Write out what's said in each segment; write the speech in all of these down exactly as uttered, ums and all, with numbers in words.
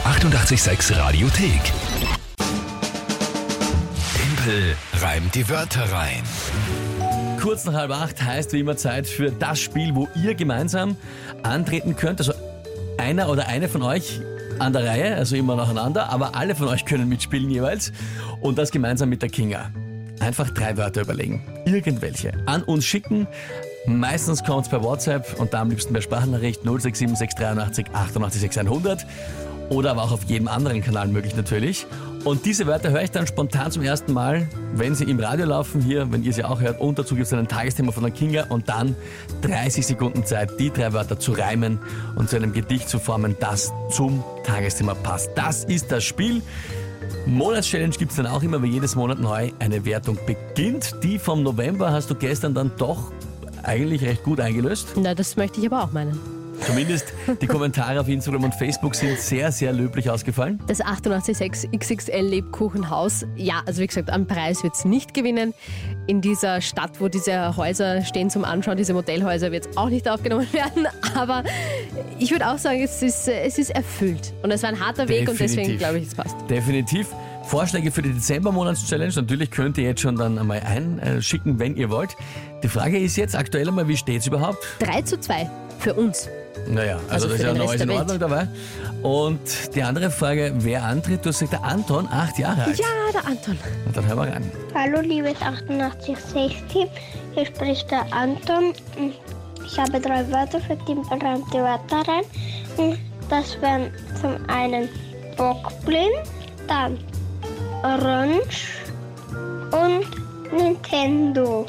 achtundachtzig Komma sechs Radiothek. Tempel reimt die Wörter rein. Kurz nach halb acht heißt wie immer Zeit für das Spiel, wo ihr gemeinsam antreten könnt. Also einer oder eine von euch an der Reihe, also immer nacheinander, aber alle von euch können mitspielen jeweils. Und das gemeinsam mit der Kinga. Einfach drei Wörter überlegen. Irgendwelche. An uns schicken. Meistens kommt es per WhatsApp und da am liebsten per Sprachnachricht null sechs sieben sechs dreiundachtzig achtundachtzig sechs hundert. Oder aber auch auf jedem anderen Kanal möglich natürlich. Und diese Wörter höre ich dann spontan zum ersten Mal, wenn sie im Radio laufen hier, wenn ihr sie auch hört. Und dazu gibt es einen Tagesthema von der Kinga und dann dreißig Sekunden Zeit, die drei Wörter zu reimen und zu einem Gedicht zu formen, das zum Tagesthema passt. Das ist das Spiel. Monatschallenge gibt es dann auch immer, weil jedes Monat neu eine Wertung beginnt. Die vom November hast du gestern dann doch eigentlich recht gut eingelöst. Na, das möchte ich aber auch meinen. Zumindest die Kommentare auf Instagram und Facebook sind sehr, sehr löblich ausgefallen. Das achtundachtzig Komma sechs X X L Lebkuchenhaus, ja, also wie gesagt, am Preis wird es nicht gewinnen. In dieser Stadt, wo diese Häuser stehen zum Anschauen, diese Modellhäuser, wird es auch nicht aufgenommen werden. Aber ich würde auch sagen, es ist, es ist erfüllt. Und es war ein harter Weg. Definitiv. Und deswegen glaube ich, es passt. Definitiv. Vorschläge für die Dezember-Monats-Challenge, natürlich könnt ihr jetzt schon dann einmal einschicken, wenn ihr wollt. Die Frage ist jetzt aktuell einmal, wie steht es überhaupt? drei zu zwei für uns. Naja, also, also das ist ja noch alles in Ordnung dabei. Und die andere Frage, wer antritt? Du hast gesagt, der Anton, acht Jahre alt. Ja, der Anton. Und dann hören wir rein. Hallo liebes achtundachtzig Komma sechs Team, hier spricht der Anton. Ich habe drei Wörter für temperante Wörter rein. Das wären zum einen Bockblind, dann Orange und Nintendo.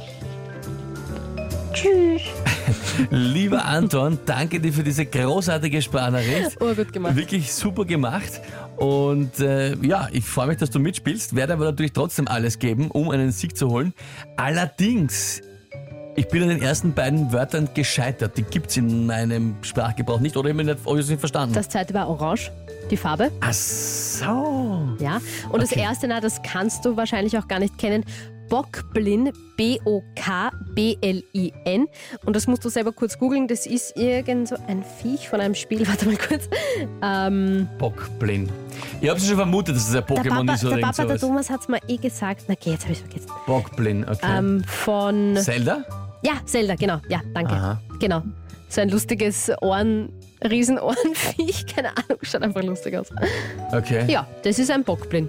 Tschüss. Lieber Anton, danke dir für diese großartige Sprachnachricht. Oh, gut gemacht. Wirklich super gemacht. Und äh, ja, ich freue mich, dass du mitspielst. Werde aber natürlich trotzdem alles geben, um einen Sieg zu holen. Allerdings, ich bin an den ersten beiden Wörtern gescheitert. Die gibt es in meinem Sprachgebrauch nicht. Oder ich habe es nicht verstanden. Das zweite war Orange, die Farbe. Ach so. Ja, und das Okay. erste, na, das kannst du wahrscheinlich auch gar nicht kennen. Bockblin, B O K B L I N. Und das musst du selber kurz googeln. Das ist irgend so ein Viech von einem Spiel. Warte mal kurz. Ähm, Bockblind. Ich habe schon vermutet, dass es ein der Pokémon Papa, ist oder der, irgend Papa der sowas. Thomas hat es mir eh gesagt. Na, okay, jetzt habe ich es vergessen. Bockblind, okay. Ähm, von... Zelda? Ja, Zelda, genau. Ja, danke. Aha. Genau. So ein lustiges Ohren... Riesenohrenviech. Keine Ahnung, schaut einfach lustig aus. Okay. Ja, das ist ein Bockblin.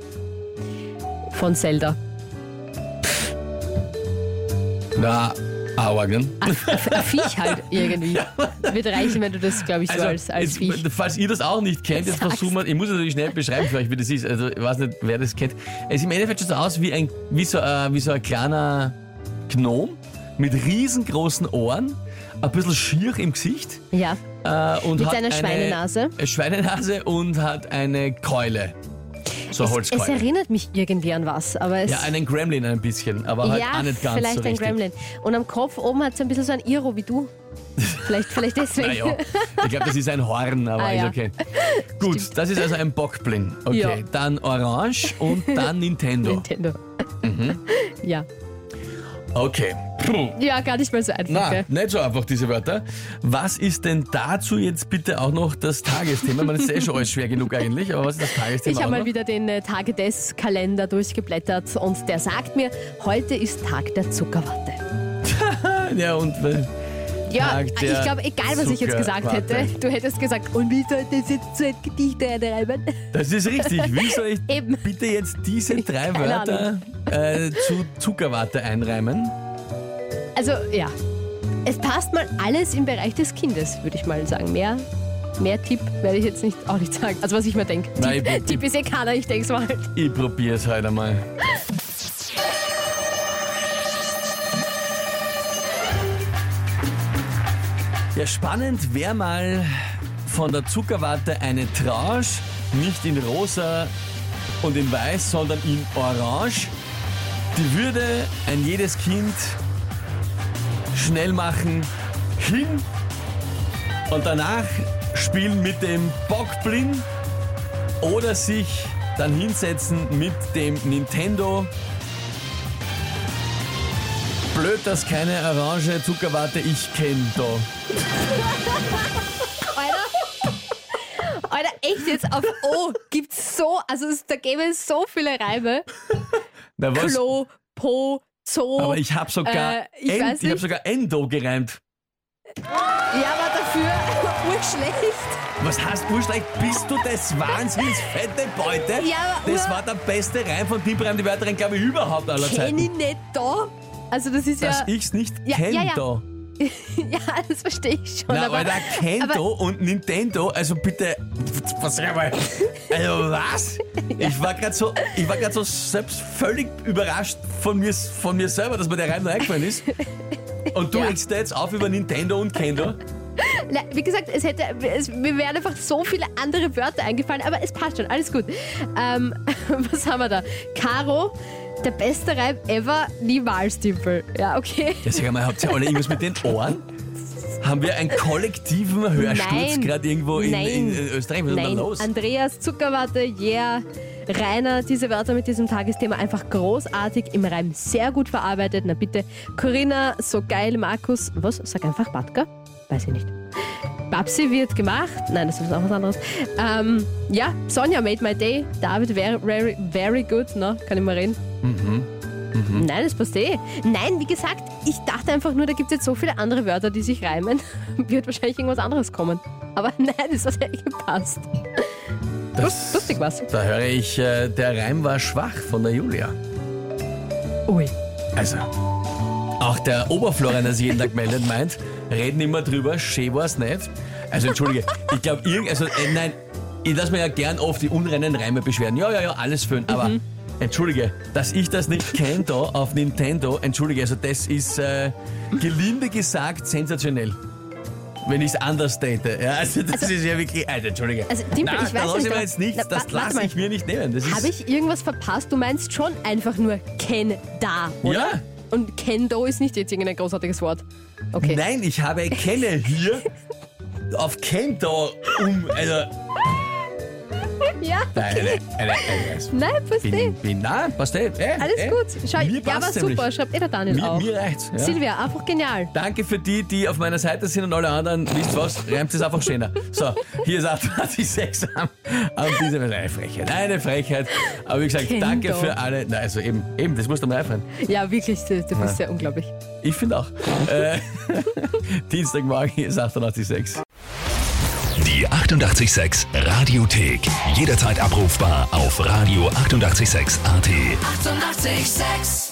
Von Zelda. Na, Augen. Ein Viech halt irgendwie. Wird reichen, wenn du das, glaube ich, so Also, als, als jetzt, Viech. falls ihr das auch nicht kennt, jetzt Sag's. versuchen wir, ich muss es natürlich schnell beschreiben für euch, wie das ist. Also, ich weiß nicht, wer das kennt. Es sieht im Endeffekt schon so aus wie ein, wie so, äh, wie so ein kleiner Gnom mit riesengroßen Ohren, ein bisschen schier im Gesicht. Ja, Äh, und mit hat seiner eine Schweinenase. äh, Schweinenase und hat eine Keule. So eine Es, es Holzkeule. erinnert mich irgendwie an was, aber es... Ja, einen Gremlin ein bisschen, aber halt ja, auch nicht ganz vielleicht so ein richtig. Gremlin. Und am Kopf oben hat es ein bisschen so ein Iro wie du. Vielleicht, vielleicht deswegen. Naja, ich glaube, das ist ein Horn, aber Ah, ist ja. okay. Gut, das ist also ein Bockblin. Okay, Ja. dann Orange und dann Nintendo. Nintendo. Ja. Okay. Puh. ja, gar nicht mal so einfach. Na, Gell? nicht so einfach, diese Wörter. Was ist denn dazu jetzt bitte auch noch das Tagesthema? Man ist eh schon alles schwer genug eigentlich, aber was ist das Tagesthema? Ich auch habe mal noch? wieder den äh, Tage des Kalender durchgeblättert und der sagt mir, heute ist Tag der Zuckerwatte. Ja, und äh, Ja, Tag der ich glaube, egal was ich jetzt gesagt Zuckerwatte. hätte, du hättest gesagt, und wie soll das jetzt so ein Gedicht reinreiben? das ist richtig. Wie soll ich Eben. bitte jetzt diese drei Keine Wörter äh, zu Zuckerwatte einreimen? Also ja, es passt mal alles im Bereich des Kindes, würde ich mal sagen. Mehr, mehr Tipp werde ich jetzt nicht, auch nicht sagen. Also was ich mir denke. Nein, Tipp, ich- Tipp ist eh keiner, ich denke es mal halt. Ich probiere es heute einmal. Ja, spannend wäre mal von der Zuckerwatte eine Tranche, nicht in rosa und in weiß, sondern in orange. Die würde ein jedes Kind schnell machen, hin und danach spielen mit dem Bockblin oder sich dann hinsetzen mit dem Nintendo. Blöd, dass keine orange Zuckerwatte ich kenn da. Alter, Alter, echt jetzt auf O gibt's so, also es, da gäbe es so viele Reime. Na, was? Klo, Po, Zoo. Aber ich habe sogar, äh, ich End, weiß ich hab nicht. sogar Endo gereimt. Ja, aber dafür urschlecht. Was heißt urschlecht? Bist du des Wahnsinns, fette Beute? Ja, aber das ur- war der beste Reim von Tim Reim die Wörterin, glaube ich, überhaupt aller Kenn Zeiten. ich nicht da. Also das ist Dass ja... ich's nicht Ja, kenn ja, ja. da. Ja, das verstehe ich schon. Na, aber, Alter, Kendo und Nintendo, also bitte, was sag ich mal, also was? Ich war gerade so, ich war gerade so selbst völlig überrascht von mir, von mir selber, dass mir der Reim noch eingefallen ist. Und du Ja. regst da jetzt auf über Nintendo und Kendo. Na, wie gesagt, es hätte, es, mir wären einfach so viele andere Wörter eingefallen, aber es passt schon, alles gut. Ähm, was haben wir da? Caro, der beste Reim ever, niemals, Dimpel. Ja, okay. Ja, sag mal, habt ihr alle irgendwas mit den Ohren? Haben wir einen kollektiven Hörsturz Nein. gerade irgendwo in, Nein. in Österreich? Was ist denn Nein, da los? Andreas, Zuckerwatte, yeah. Rainer, diese Wörter mit diesem Tagesthema einfach großartig, im Reim sehr gut verarbeitet. Na bitte. Corinna, so geil. Markus, was? Sag einfach Batka? Weiß ich nicht. Babsi wird gemacht. Nein, das ist auch was anderes. Ähm, ja, Sonja made my day. David, very, very, very good. Na, kann ich mal reden? Mhm. Mhm. Nein, das passt eh. Nein, wie gesagt, ich dachte einfach nur, da gibt es jetzt so viele andere Wörter, die sich reimen. Wird wahrscheinlich irgendwas anderes kommen. Aber nein, das hat ja eh gepasst. Das, Lustig was. Da höre ich, äh, der Reim war schwach von der Julia. Ui. Also, auch der Oberflorian, der sich jeden Tag meldet, meint, reden immer drüber, schön war's nicht. Also, entschuldige, ich glaube, irgend, also, äh, nein, ich lasse mir ja gern oft die unreinen Reime beschweren. Ja, ja, ja, alles schön, aber Mhm. entschuldige, dass ich das nicht kenne da auf Nintendo, entschuldige, also das ist äh, gelinde gesagt sensationell. Wenn ich es understate. Ja, also das ist ja wirklich, Alter, entschuldige. Also, Dimpel, Nein, ich da weiß lasse nicht, ich mir da- jetzt nichts, Na, das wa- warte lasse mal. ich mir nicht nehmen. Das ist, Habe ich irgendwas verpasst? Du meinst schon einfach nur Ken da, oder? Ja. Und Kendo ist nicht jetzt irgendein großartiges Wort. Okay. Nein, ich habe Kenne hier auf Kento um, also, Ja, nein, okay. nein, nein, nein, Nein, passt eh. bin, bin, nein, passt eh. eh Alles eh. gut. Schau, Mir ja, war passt's super. nämlich. Schreibt eh der Daniel Mir, auch. mir reicht's. Ja. Silvia, einfach genial. Danke für die, die auf meiner Seite sind und alle anderen, wisst was, reimt es einfach schöner. So, hier ist achtundzwanzig am, am diesem, eine Frechheit, eine Frechheit. Aber wie gesagt, Kendo. danke für alle, nein, also eben, eben, das muss dir mal einfallen. Ja, wirklich, du, du bist ja unglaublich. Ich finde auch. äh, Dienstagmorgen ist achtundachtzig Komma sechs. Die achtundachtzig Komma sechs Radiothek. Jederzeit abrufbar auf radio achtundachtzig Komma sechs A T. Eighty-eight point six